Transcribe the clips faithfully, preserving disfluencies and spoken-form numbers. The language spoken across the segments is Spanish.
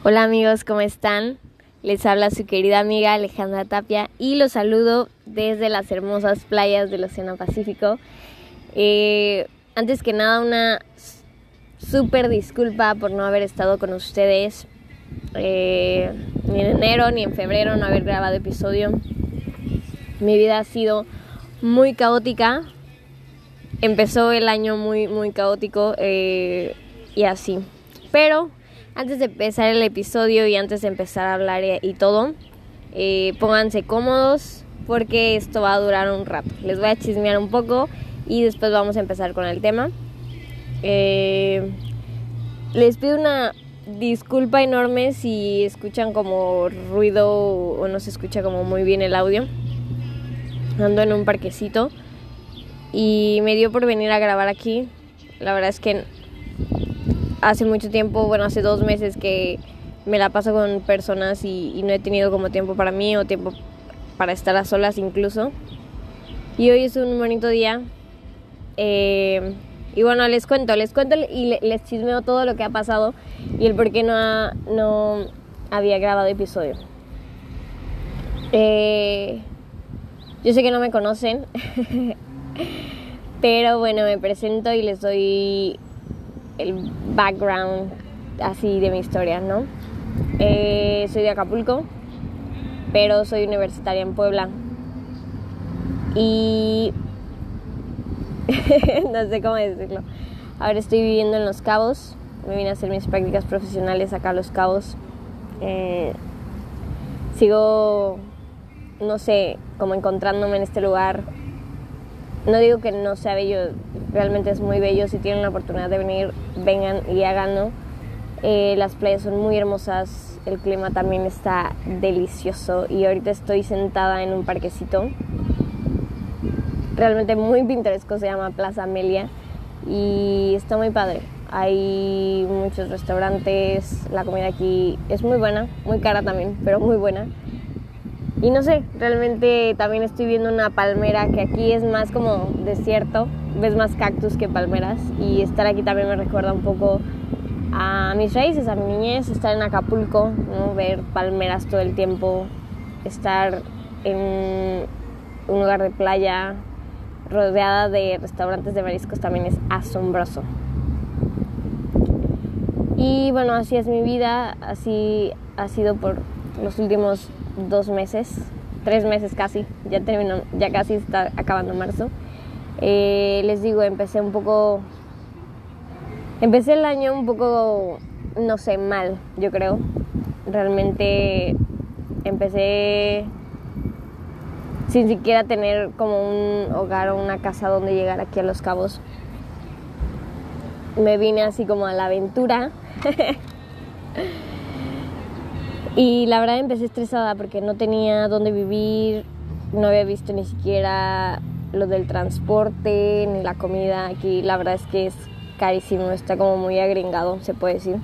Hola amigos, ¿cómo están? Les habla su querida amiga Alejandra Tapia y los saludo desde las hermosas playas del Océano Pacífico. Eh, antes que nada, una súper disculpa por no haber estado con ustedes eh, ni en enero ni en febrero, no haber grabado episodio. Mi vida ha sido muy caótica. Empezó el año muy, muy caótico eh, y así. Pero antes de empezar el episodio y antes de empezar a hablar y, y todo, eh, pónganse cómodos porque esto va a durar un rato. Les voy a chismear un poco y después vamos a empezar con el tema. Eh, les pido una disculpa enorme si escuchan como ruido o no se escucha como muy bien el audio. Ando en un parquecito y me dio por venir a grabar aquí. La verdad es que hace mucho tiempo, bueno, hace dos meses que me la paso con personas y, y no he tenido como tiempo para mí o tiempo para estar a solas incluso. Y hoy es un bonito día. Eh, y bueno, les cuento, les cuento y les chismeo todo lo que ha pasado y el por qué no, ha, no había grabado episodio. Eh, yo sé que no me conocen, pero bueno, me presento y les doy el background así de mi historia, ¿no? Eh, soy de Acapulco, pero soy universitaria en Puebla y no sé cómo decirlo. Ahora estoy viviendo en Los Cabos. Me vine a hacer mis prácticas profesionales acá a Los Cabos. Eh, sigo, no sé, como encontrándome en este lugar. No digo que no sea bello, realmente es muy bello. Si tienen la oportunidad de venir, vengan y háganlo. Eh, las playas son muy hermosas, el clima también está delicioso y ahorita estoy sentada en un parquecito realmente muy pintoresco, se llama Plaza Amelia y está muy padre. Hay muchos restaurantes, la comida aquí es muy buena, muy cara también, pero muy buena. Y no sé, realmente también estoy viendo una palmera que aquí es más como desierto, ves más cactus que palmeras y estar aquí también me recuerda un poco a mis raíces, a mi niñez, estar en Acapulco, ¿no? Ver palmeras todo el tiempo, estar en un lugar de playa rodeada de restaurantes de mariscos también es asombroso. Y bueno, así es mi vida, así ha sido por los últimos dos meses, tres meses casi, ya terminó, ya casi está acabando marzo. Eh, les digo, empecé un poco, empecé el año un poco, no sé, mal, yo creo. Realmente empecé sin siquiera tener como un hogar o una casa donde llegar aquí a Los Cabos. Me vine así como a la aventura. Y la verdad empecé estresada porque no tenía dónde vivir, no había visto ni siquiera lo del transporte, ni la comida. Aquí la verdad es que es carísimo, está como muy agringado, se puede decir.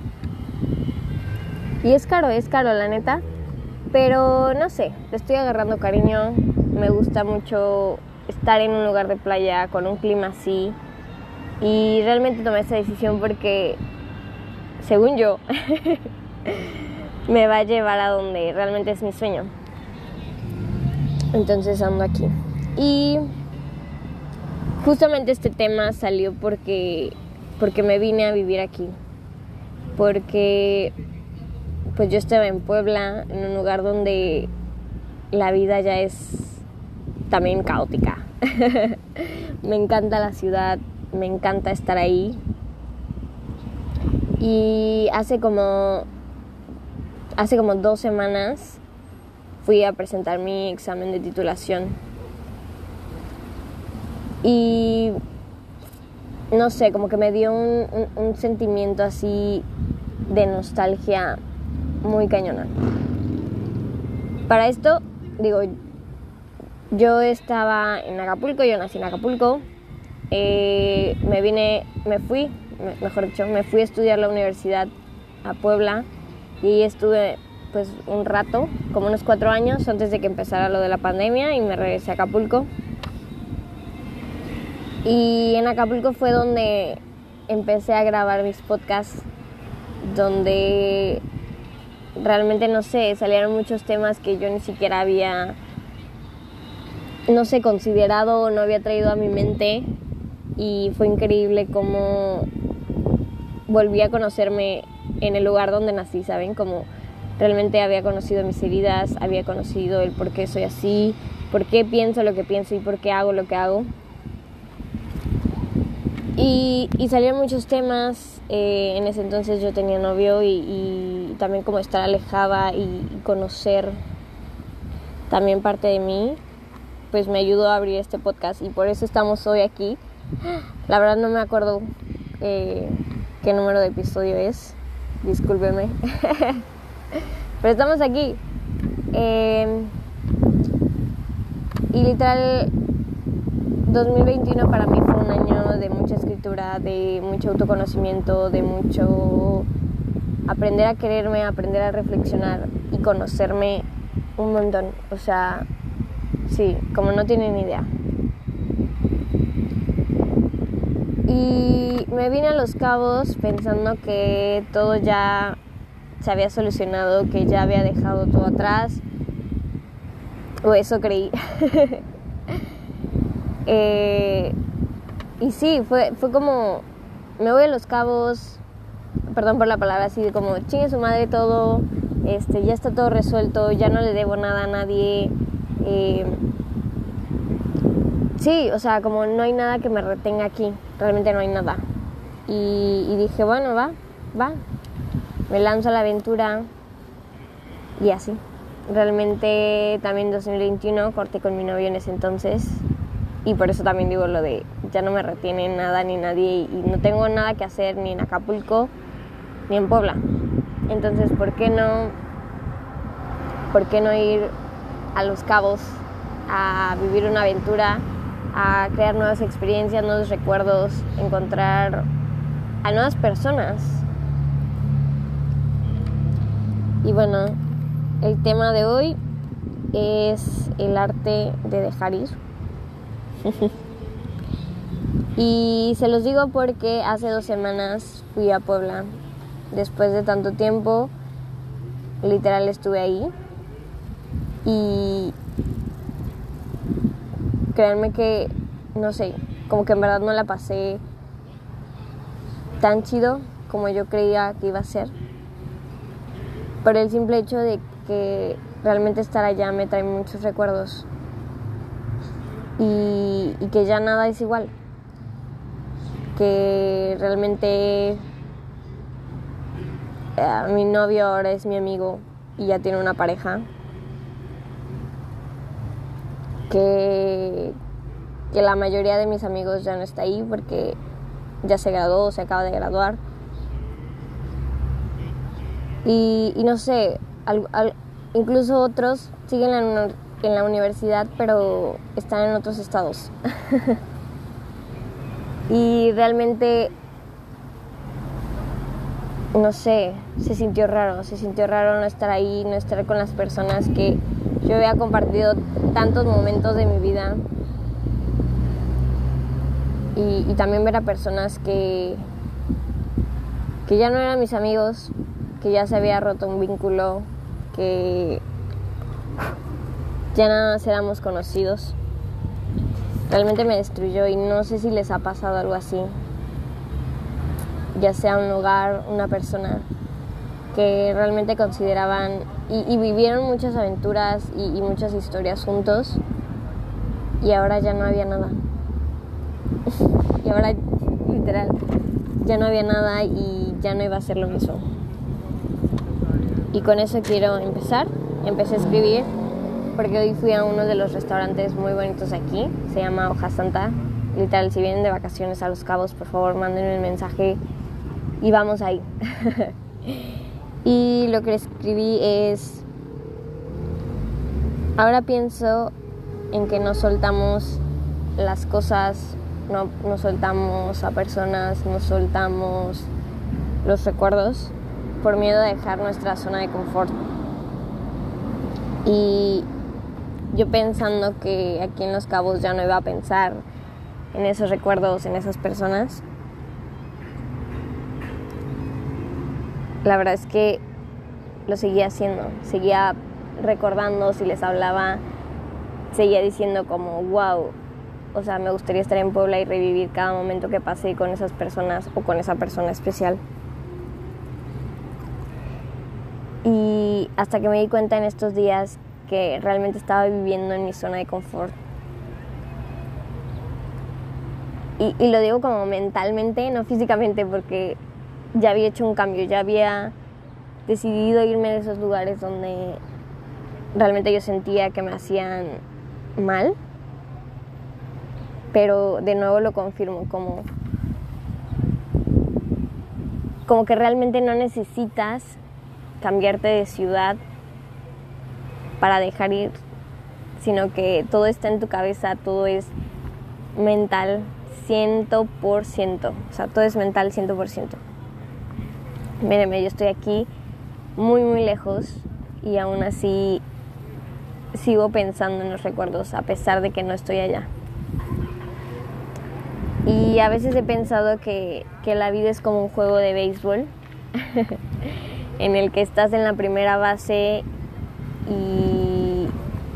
Y es caro, es caro la neta, pero no sé, le estoy agarrando cariño. Me gusta mucho estar en un lugar de playa con un clima así. Y realmente tomé esa decisión porque, según yo, me va a llevar a donde realmente es mi sueño. Entonces ando aquí. Y justamente este tema salió porque, porque me vine a vivir aquí. Porque pues yo estaba en Puebla, en un lugar donde la vida ya es también caótica. Me encanta la ciudad, me encanta estar ahí. Y hace como hace como dos semanas fui a presentar mi examen de titulación. Y no sé, como que me dio un, un, un sentimiento así de nostalgia muy cañona. Para esto, digo, yo estaba en Acapulco, yo nací en Acapulco, eh, me vine, me fui, mejor dicho, me fui a estudiar la universidad a Puebla y ahí estuve pues un rato, como unos cuatro años antes de que empezara lo de la pandemia y me regresé a Acapulco. Y en Acapulco fue donde empecé a grabar mis podcasts, donde realmente no sé, salieron muchos temas que yo ni siquiera había, no sé, considerado o no había traído a mi mente, y fue increíble cómo volví a conocerme en el lugar donde nací, ¿saben? Como realmente había conocido mis heridas, había conocido el por qué soy así, por qué pienso lo que pienso y por qué hago lo que hago. Y, y salieron muchos temas. Eh, en ese entonces yo tenía novio y, y también como estar alejada y, y conocer también parte de mí, pues me ayudó a abrir este podcast y por eso estamos hoy aquí. La verdad no me acuerdo eh, qué número de episodio es, discúlpeme. Pero estamos aquí. Eh, y literal, dos mil veintiuno para mí fue un año de mucha escritura, de mucho autoconocimiento, de mucho aprender a quererme, aprender a reflexionar y conocerme un montón. O sea, sí, como no tienen idea. Y me vine a Los Cabos pensando que todo ya se había solucionado, que ya había dejado todo atrás, o eso creí. eh, y sí, fue, fue como, me voy a Los Cabos, perdón por la palabra, así de como chingue su madre todo, este, ya está todo resuelto, ya no le debo nada a nadie. eh, sí, o sea, como no hay nada que me retenga aquí, realmente no hay nada. Y, y dije, bueno, va, va, me lanzo a la aventura y así. Realmente también en dos mil veintiuno corté con mi novio en ese entonces y por eso también digo lo de ya no me retiene nada ni nadie y no tengo nada que hacer ni en Acapulco ni en Puebla. Entonces, ¿por qué no, por qué no ir a Los Cabos a vivir una aventura, a crear nuevas experiencias, nuevos recuerdos, encontrar a nuevas personas? Y bueno, el tema de hoy es el arte de dejar ir. Y se los digo porque hace dos semanas fui a Puebla. Después de tanto tiempo, literal estuve ahí. Y créanme que, no sé, como que en verdad no la pasé tan chido como yo creía que iba a ser. Pero el simple hecho de que realmente estar allá me trae muchos recuerdos y, y que ya nada es igual, que realmente eh, mi novio ahora es mi amigo y ya tiene una pareja, que, que la mayoría de mis amigos ya no está ahí porque ya se graduó, se acaba de graduar. Y, y no sé, al, al, incluso otros siguen en la, en la universidad, pero están en otros estados. Y realmente, no sé, se sintió raro, se sintió raro no estar ahí, no estar con las personas que yo había compartido tantos momentos de mi vida. Y, y también ver a personas que, que ya no eran mis amigos, que ya se había roto un vínculo, que ya nada más éramos conocidos. Realmente me destruyó y no sé si les ha pasado algo así. Ya sea un lugar, una persona que realmente consideraban y, y vivieron muchas aventuras y, y muchas historias juntos y ahora ya no había nada. Y ahora, literal, ya no había nada y ya no iba a ser lo mismo. Y con eso quiero empezar. Empecé a escribir porque hoy fui a uno de los restaurantes muy bonitos aquí. Se llama Hoja Santa. Literal, si vienen de vacaciones a Los Cabos, por favor, mándenme un mensaje y vamos ahí. Y lo que escribí es: ahora pienso en que no soltamos las cosas, no, no soltamos a personas, no soltamos los recuerdos por miedo a dejar nuestra zona de confort. Y yo pensando que aquí en Los Cabos ya no iba a pensar en esos recuerdos, en esas personas, la verdad es que lo seguía haciendo, seguía recordando, si les hablaba, seguía diciendo como wow, o sea, me gustaría estar en Puebla y revivir cada momento que pasé con esas personas o con esa persona especial. Y hasta que me di cuenta en estos días que realmente estaba viviendo en mi zona de confort. Y, y lo digo como mentalmente, no físicamente, porque ya había hecho un cambio, ya había decidido irme de esos lugares donde realmente yo sentía que me hacían mal. Pero de nuevo lo confirmo, como, como que realmente no necesitas cambiarte de ciudad para dejar ir, sino que todo está en tu cabeza, todo es mental ciento por ciento, o sea, todo es mental ciento por ciento. Mírenme, yo estoy aquí muy muy lejos y aún así sigo pensando en los recuerdos a pesar de que no estoy allá. Y a veces he pensado que, que la vida es como un juego de béisbol en el que estás en la primera base y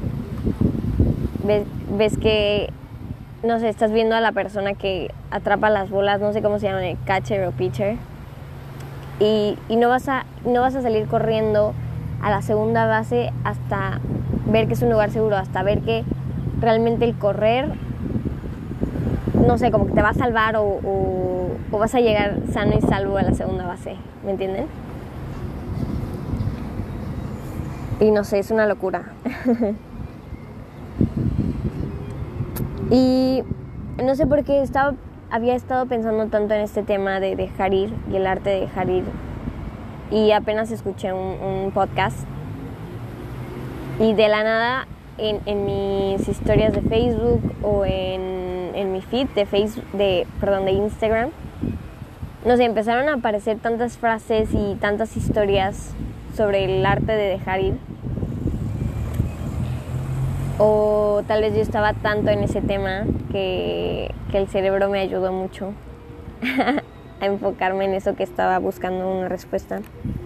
ves, ves que, no sé, estás viendo a la persona que atrapa las bolas, no sé cómo se llama, catcher o pitcher, y, y no vas a, no vas a salir corriendo a la segunda base hasta ver que es un lugar seguro, hasta ver que realmente el correr, no sé, como que te va a salvar o, o, o vas a llegar sano y salvo a la segunda base, ¿me entienden? Y no sé, es una locura. Y no sé por qué estaba, había estado pensando tanto en este tema de dejar ir y el arte de dejar ir. Y apenas escuché un, un podcast. Y de la nada, en, en mis historias de Facebook o en, en mi feed de Facebook, de, perdón, de Instagram, no sé, empezaron a aparecer tantas frases y tantas historias sobre el arte de dejar ir. O tal vez yo estaba tanto en ese tema que, que el cerebro me ayudó mucho a enfocarme en eso que estaba buscando una respuesta.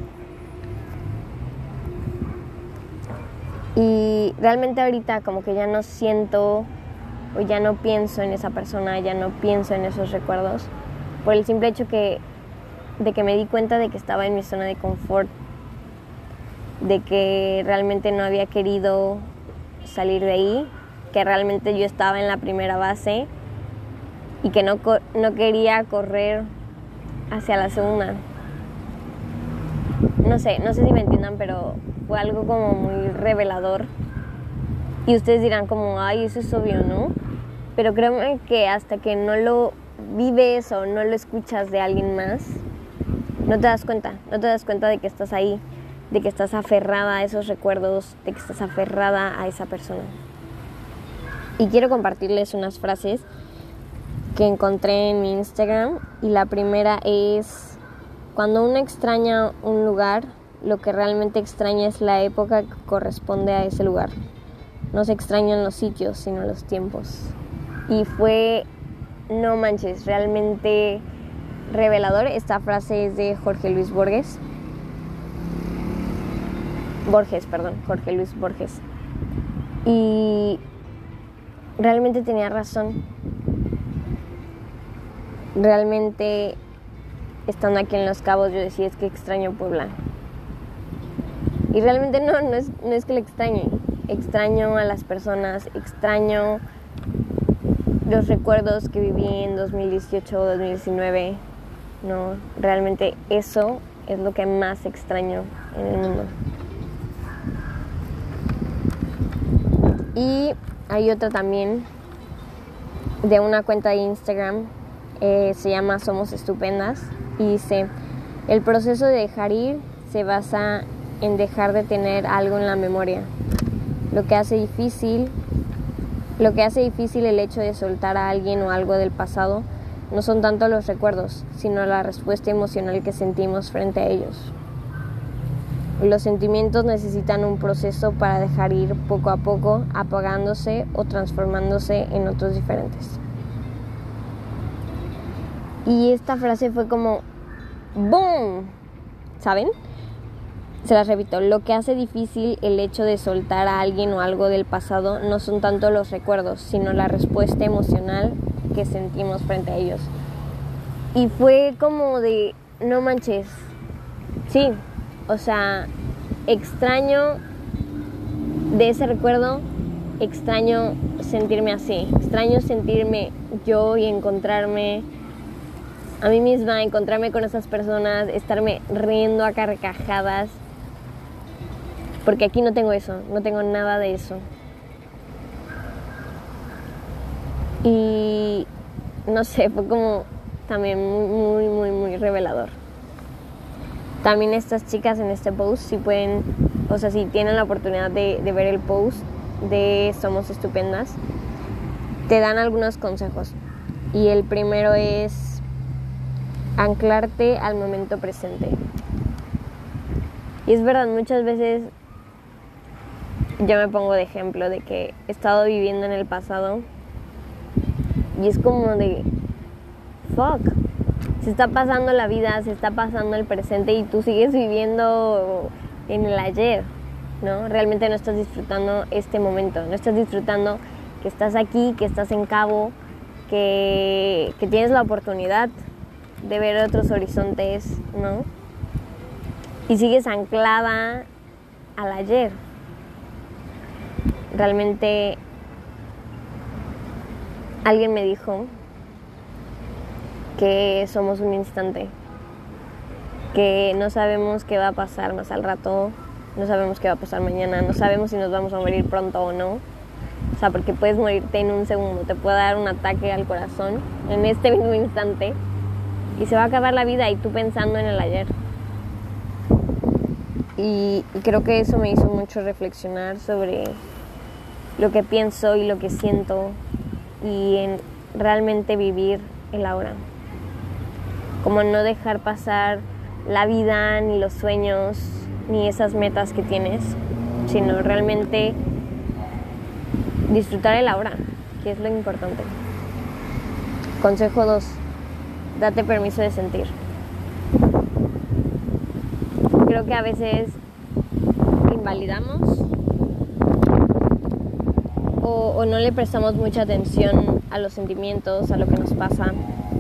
Y realmente ahorita como que ya no siento o ya no pienso en esa persona, ya no pienso en esos recuerdos, por el simple hecho que, de que me di cuenta de que estaba en mi zona de confort, de que realmente no había querido salir de ahí, que realmente yo estaba en la primera base y que no, no quería correr hacia la segunda. No sé, no sé si me entiendan, pero fue algo como muy revelador. Y ustedes dirán como, ay, eso es obvio, ¿no? Pero créanme que hasta que no lo vives o no lo escuchas de alguien más, no te das cuenta, no te das cuenta de que estás ahí, de que estás aferrada a esos recuerdos, de que estás aferrada a esa persona. Y quiero compartirles unas frases que encontré en mi Instagram. Y la primera es: cuando uno extraña un lugar, lo que realmente extraña es la época que corresponde a ese lugar. No se extrañan los sitios, sino los tiempos. Y fue, no manches, realmente revelador. Esta frase es de Jorge Luis Borges. Borges, perdón, Jorge Luis Borges. Y realmente tenía razón. Realmente, estando aquí en Los Cabos, yo decía, es que extraño Puebla. Y realmente no, no es, no es que le extrañe. Extraño a las personas, extraño los recuerdos que viví en dos mil dieciocho, dos mil diecinueve. No, realmente eso es lo que más extraño en el mundo. Y hay otra también de una cuenta de Instagram, eh, se llama Somos Estupendas, y dice: el proceso de dejar ir se basa en dejar de tener algo en la memoria. Lo que hace difícil, lo que hace difícil el hecho de soltar a alguien o algo del pasado no son tanto los recuerdos, sino la respuesta emocional que sentimos frente a ellos. Los sentimientos necesitan un proceso para dejar ir poco a poco, apagándose o transformándose en otros diferentes. Y esta frase fue como ¡boom! ¿Saben? Se las repito, lo que hace difícil el hecho de soltar a alguien o algo del pasado no son tanto los recuerdos, sino la respuesta emocional que sentimos frente a ellos. Y fue como de, no manches, sí, o sea, extraño de ese recuerdo, extraño sentirme así, extraño sentirme yo y encontrarme a mí misma, encontrarme con esas personas, estarme riendo a carcajadas. Porque aquí no tengo eso, no tengo nada de eso. Y no sé, fue como también muy, muy, muy, muy revelador. También estas chicas en este post, si pueden, o sea, si tienen la oportunidad de, de ver el post de Somos Estupendas, te dan algunos consejos. Y el primero es anclarte al momento presente. Y es verdad, muchas veces yo me pongo de ejemplo de que he estado viviendo en el pasado y es como de fuck, se está pasando la vida, se está pasando el presente y tú sigues viviendo en el ayer, ¿no? Realmente no estás disfrutando este momento, no estás disfrutando que estás aquí, que estás en Cabo, que, que tienes la oportunidad de ver otros horizontes, ¿no? Y sigues anclada al ayer. Realmente alguien me dijo que somos un instante, que no sabemos qué va a pasar más al rato, no sabemos qué va a pasar mañana, no sabemos si nos vamos a morir pronto o no. O sea, porque puedes morirte en un segundo, te puede dar un ataque al corazón en este mismo instante y se va a acabar la vida y tú pensando en el ayer. Y, y creo que eso me hizo mucho reflexionar sobre lo que pienso y lo que siento y en realmente vivir el ahora. Como no dejar pasar la vida, ni los sueños, ni esas metas que tienes, sino realmente disfrutar el ahora, que es lo importante. Consejo dos. Date permiso de sentir. Creo que a veces invalidamos o, o no le prestamos mucha atención a los sentimientos, a lo que nos pasa.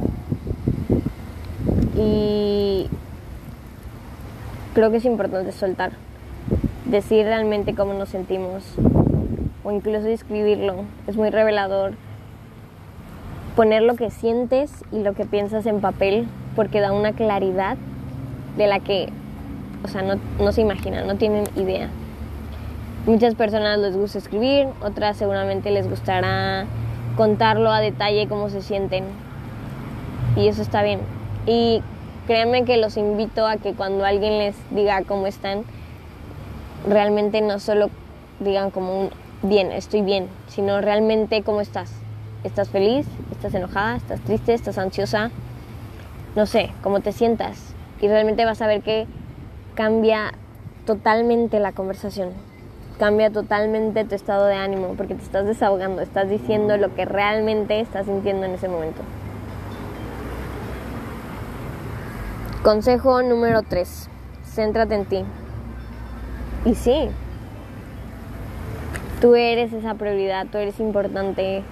Y creo que es importante soltar, decir realmente cómo nos sentimos o incluso escribirlo. Es muy revelador poner lo que sientes y lo que piensas en papel, porque da una claridad de la que, o sea, no, no se imaginan, no tienen idea. Muchas personas les gusta escribir, otras seguramente les gustará contarlo a detalle cómo se sienten, y eso está bien. Y créanme que los invito a que cuando alguien les diga cómo están, realmente no solo digan como un bien, estoy bien, sino realmente cómo estás. ¿Estás feliz? ¿Estás enojada? ¿Estás triste? ¿Estás ansiosa? No sé, cómo te sientas. Y realmente vas a ver que cambia totalmente la conversación. Cambia totalmente tu estado de ánimo, porque te estás desahogando, estás diciendo lo que realmente estás sintiendo en ese momento. Consejo número tres. Céntrate en ti. Y sí, tú eres esa prioridad, tú eres importante.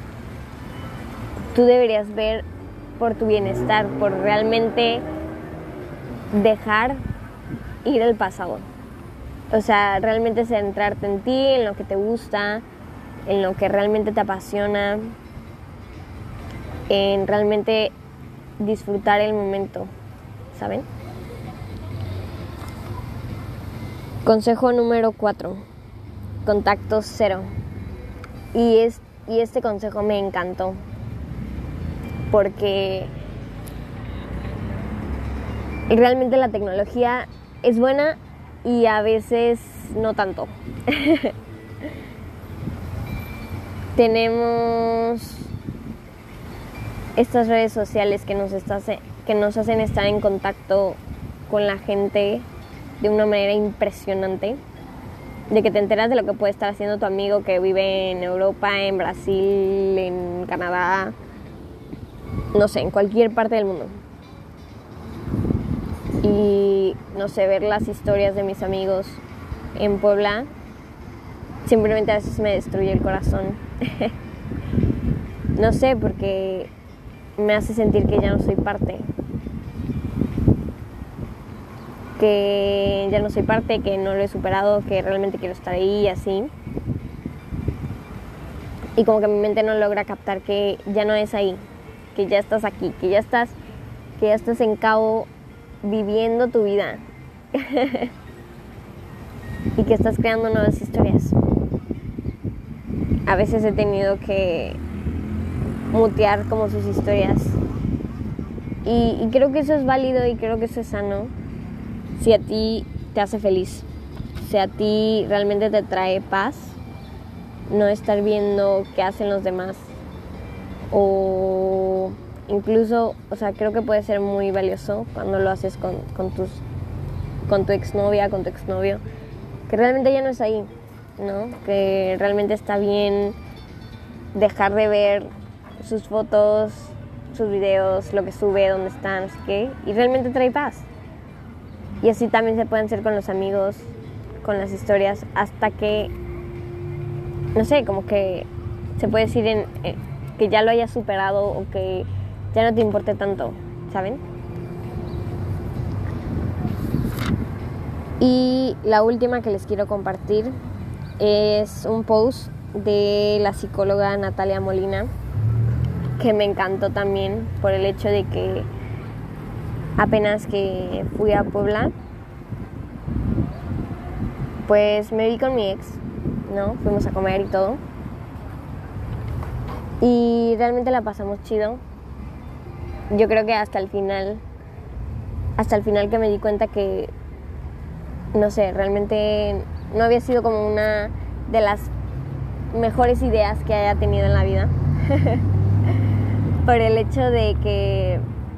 Tú deberías ver por tu bienestar, por realmente dejar ir el pasado. O sea, realmente centrarte en ti, en lo que te gusta, en lo que realmente te apasiona, en realmente disfrutar el momento, ¿saben? Consejo número cuatro. Contacto cero. Y, es, y este consejo me encantó, porque realmente la tecnología es buena y a veces no tanto. Tenemos estas redes sociales que nos, está, que nos hacen estar en contacto con la gente de una manera impresionante, de que te enteras de lo que puede estar haciendo tu amigo que vive en Europa, en Brasil, en Canadá, no sé, en cualquier parte del mundo. Y y, no sé, ver las historias de mis amigos en Puebla, simplemente a veces me destruye el corazón. No sé, porque me hace sentir que ya no soy parte. Que ya no soy parte, que no lo he superado, que realmente quiero estar ahí y así. Y como que mi mente no logra captar que ya no es ahí, que ya estás aquí, que ya estás, que ya estás en Cabo viviendo tu vida. Y que estás creando nuevas historias. A veces he tenido que mutear como sus historias. Y, y creo que eso es válido y creo que eso es sano. Si a ti te hace feliz, si a ti realmente te trae paz, no estar viendo qué hacen los demás. O incluso, o sea, creo que puede ser muy valioso cuando lo haces con, con, tus, con tu exnovia, con tu exnovio, que realmente ya no es ahí, ¿no? Que realmente está bien dejar de ver sus fotos, sus videos, lo que sube, dónde están, no sé qué, y realmente trae paz. Y así también se pueden hacer con los amigos, con las historias, hasta que, no sé, como que se puede decir en, eh, que ya lo hayas superado o que ya no te importe tanto, ¿saben? Y la última que les quiero compartir es un post de la psicóloga Natalia Molina, que me encantó también por el hecho de que apenas que fui a Puebla, pues me vi con mi ex, ¿no? Fuimos a comer y todo. Y realmente la pasamos chido. Yo creo que hasta el final, hasta el final que me di cuenta que, no sé, realmente no había sido como una de las mejores ideas que haya tenido en la vida. Por el hecho de que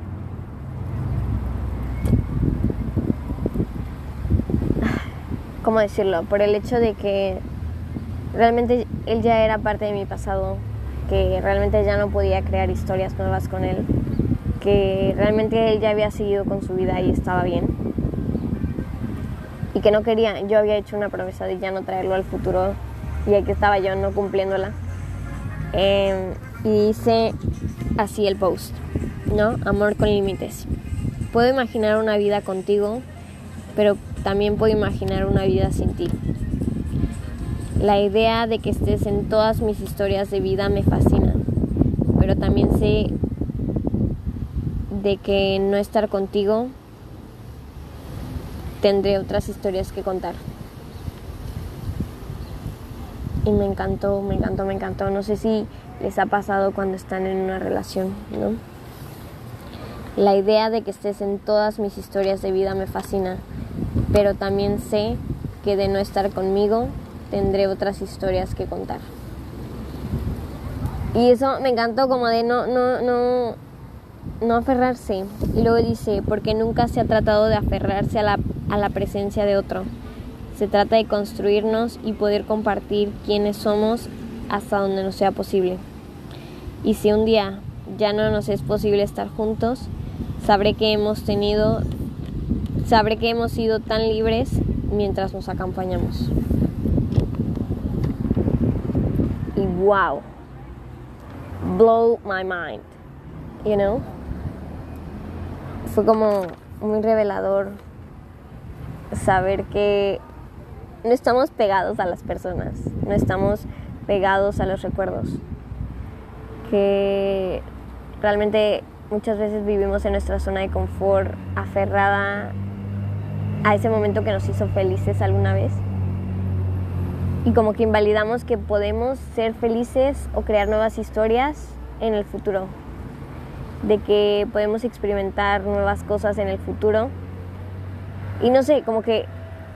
¿cómo decirlo? Por el hecho de que realmente él ya era parte de mi pasado, que realmente ya no podía crear historias nuevas con él, que realmente él ya había seguido con su vida y estaba bien, y que no quería, yo había hecho una promesa de ya no traerlo al futuro, y aquí estaba yo no cumpliéndola. Eh, y hice así el post, ¿no? Amor con límites. Puedo imaginar una vida contigo, pero también puedo imaginar una vida sin ti. La idea de que estés en todas mis historias de vida me fascina, pero también sé de que no estar contigo tendré otras historias que contar. Y me encantó, me encantó, me encantó. No sé si les ha pasado cuando están en una relación, ¿no? La idea de que estés en todas mis historias de vida me fascina, pero también sé que de no estar conmigo tendré otras historias que contar. Y eso me encantó, como de no, no, no, no aferrarse. Y luego dice, porque nunca se ha tratado de aferrarse a la, a la presencia de otro. Se trata de construirnos y poder compartir quiénes somos hasta donde nos sea posible. Y si un día ya no nos es posible estar juntos, sabré que hemos tenido, sabré que hemos sido tan libres mientras nos acompañamos. Y wow, blow my mind, you know. Fue como muy revelador saber que no estamos pegados a las personas, no estamos pegados a los recuerdos, que realmente muchas veces vivimos en nuestra zona de confort, aferrada a ese momento que nos hizo felices alguna vez, y como que invalidamos que podemos ser felices o crear nuevas historias en el futuro, de que podemos experimentar nuevas cosas en el futuro. Y no sé, como que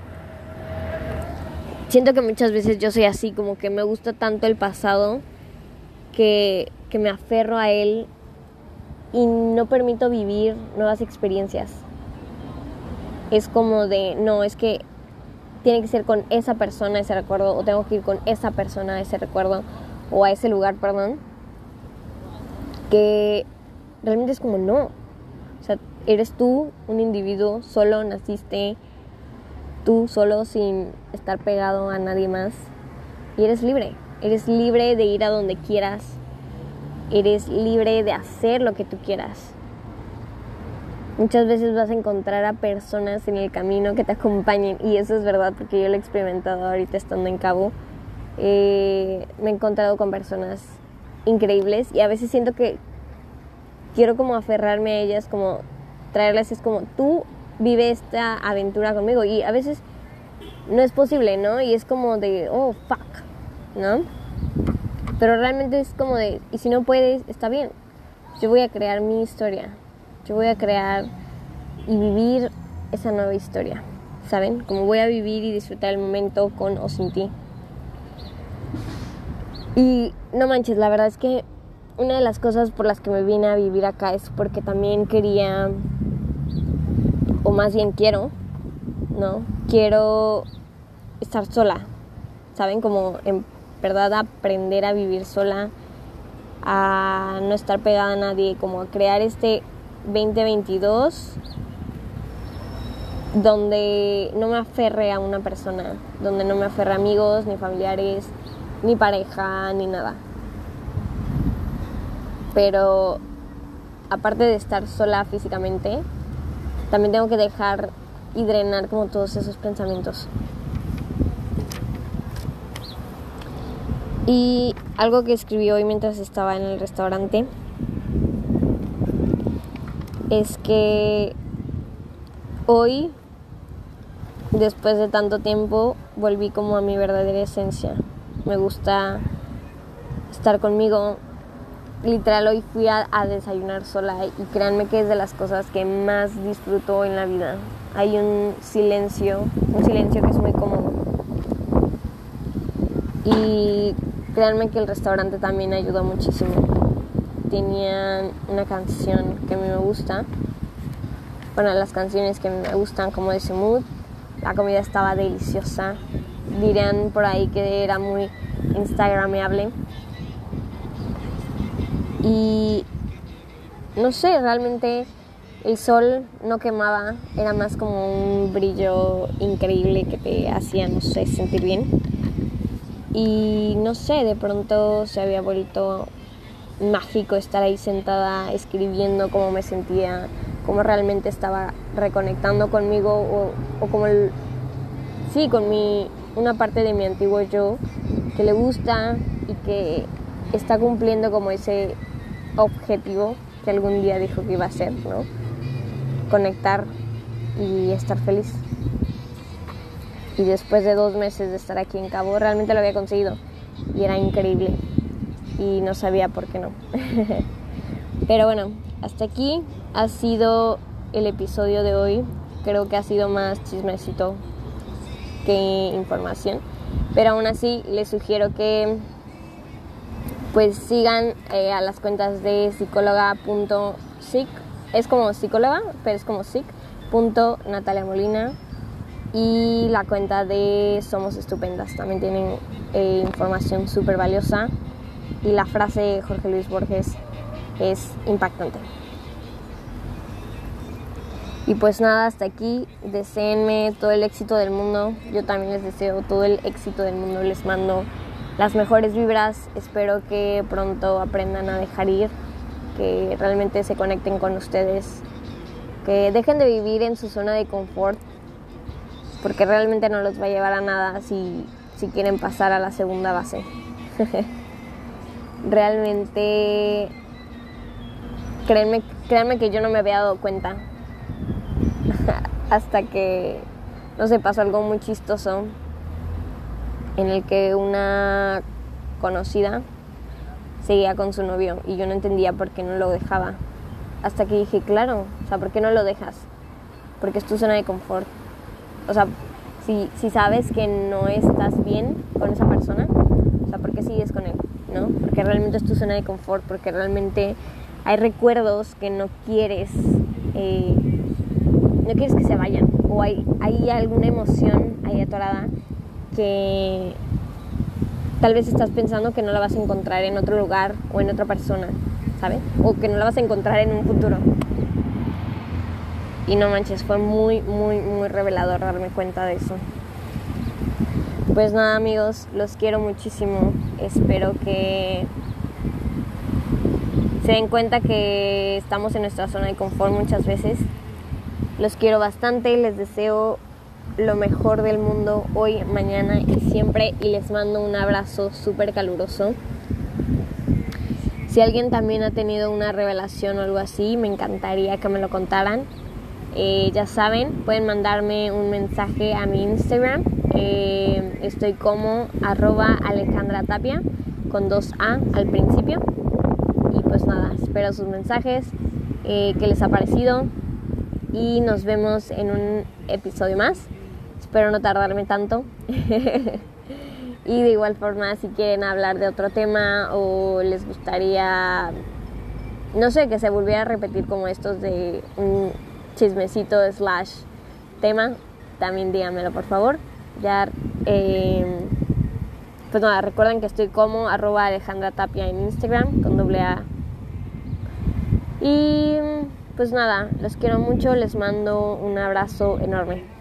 siento que muchas veces yo soy así, como que me gusta tanto el pasado que, que me aferro a él y no permito vivir nuevas experiencias. Es como de, no, es que tiene que ser con esa persona ese recuerdo, o tengo que ir con esa persona a ese recuerdo, o a ese lugar, perdón. Que realmente es como no. O sea, eres tú, un individuo, solo naciste tú, solo, sin estar pegado a nadie más. Y eres libre. Eres libre de ir a donde quieras. Eres libre de hacer lo que tú quieras. Muchas veces vas a encontrar a personas en el camino que te acompañen. Y eso es verdad, porque yo lo he experimentado ahorita estando en Cabo. Eh, me he encontrado con personas increíbles. Y a veces siento que quiero como aferrarme a ellas, como traerlas, es como tú vive esta aventura conmigo, y a veces no es posible, ¿no? Y es como de, oh, fuck, ¿no? Pero realmente es como de, y si no puedes, está bien, yo voy a crear mi historia, yo voy a crear y vivir esa nueva historia, ¿saben? Como voy a vivir y disfrutar el momento con o sin ti. Y no manches, la verdad es que una de las cosas por las que me vine a vivir acá es porque también quería, o más bien quiero, ¿no? Quiero estar sola, ¿saben? Como en verdad aprender a vivir sola, a no estar pegada a nadie, como a crear este veinte veintidós donde no me aferre a una persona, donde no me aferre a amigos, ni familiares, ni pareja, ni nada. Pero aparte de estar sola físicamente, también tengo que dejar y drenar como todos esos pensamientos. Y algo que escribí hoy mientras estaba en el restaurante es que hoy, después de tanto tiempo, volví como a mi verdadera esencia. Me gusta estar conmigo. Literal, hoy fui a, a desayunar sola y créanme que es de las cosas que más disfruto en la vida. Hay un silencio, un silencio que es muy cómodo. Y créanme que el restaurante también ayudó muchísimo. Tenían una canción que a mí me gusta. Bueno, las canciones que a mí me gustan, como de Mood. La comida estaba deliciosa. Dirían por ahí que era muy instagrameable. Y no sé, realmente el sol no quemaba, era más como un brillo increíble que te hacía, no sé, sentir bien. Y no sé, de pronto se había vuelto mágico estar ahí sentada escribiendo cómo me sentía, cómo realmente estaba reconectando conmigo, o, o como el, sí, con mi, una parte de mi antiguo yo que le gusta y que está cumpliendo como ese objetivo que algún día dijo que iba a ser, ¿no? Conectar y estar feliz. Y después de dos meses de estar aquí en Cabo, realmente lo había conseguido y era increíble y no sabía por qué no. Pero bueno, hasta aquí ha sido el episodio de hoy. Creo que ha sido más chismecito que información, pero aún así les sugiero que pues sigan eh, a las cuentas de psicóloga.sic, es como psicóloga, pero es como sic punto Natalia Molina, y la cuenta de Somos Estupendas, también tienen eh, información súper valiosa, y la frase de Jorge Luis Borges es impactante. Y pues nada, hasta aquí, deséenme todo el éxito del mundo, yo también les deseo todo el éxito del mundo, les mando las mejores vibras, espero que pronto aprendan a dejar ir, que realmente se conecten con ustedes, que dejen de vivir en su zona de confort, porque realmente no los va a llevar a nada si, si quieren pasar a la segunda base. Realmente, créanme, créanme que yo no me había dado cuenta hasta que, no sé, pasó algo muy chistoso en el que una conocida seguía con su novio y yo no entendía por qué no lo dejaba, hasta que dije, claro, o sea, ¿por qué no lo dejas? Porque es tu zona de confort. O sea, si, si sabes que no estás bien con esa persona, o sea, ¿por qué sigues con él? ¿No? Porque realmente es tu zona de confort, porque realmente hay recuerdos que no quieres eh, no quieres que se vayan, o hay, hay alguna emoción ahí atorada que tal vez estás pensando que no la vas a encontrar en otro lugar o en otra persona, ¿sabes? O que no la vas a encontrar en un futuro. y no manches, fue muy, muy, muy revelador darme cuenta de eso. Pues nada, amigos, los quiero muchísimo. Espero que se den cuenta que estamos en nuestra zona de confort muchas veces. Los quiero bastante, les deseo lo mejor del mundo hoy, mañana y siempre, y les mando un abrazo súper caluroso. Si alguien también ha tenido una revelación o algo así, me encantaría que me lo contaran. Eh, ya saben, pueden mandarme un mensaje a mi Instagram. Eh, estoy como arroba Alejandra Tapia con dos A al principio. Y pues nada, espero sus mensajes, eh, qué les ha parecido, y nos vemos en un episodio más. Espero no tardarme tanto. Y de igual forma, si quieren hablar de otro tema o les gustaría, no sé, que se volviera a repetir como estos de un chismecito slash tema, también díganmelo por favor. Ya, eh, pues nada, recuerden que estoy como arroba Alejandra Tapia en Instagram con doble A. Y pues nada, los quiero mucho, les mando un abrazo enorme.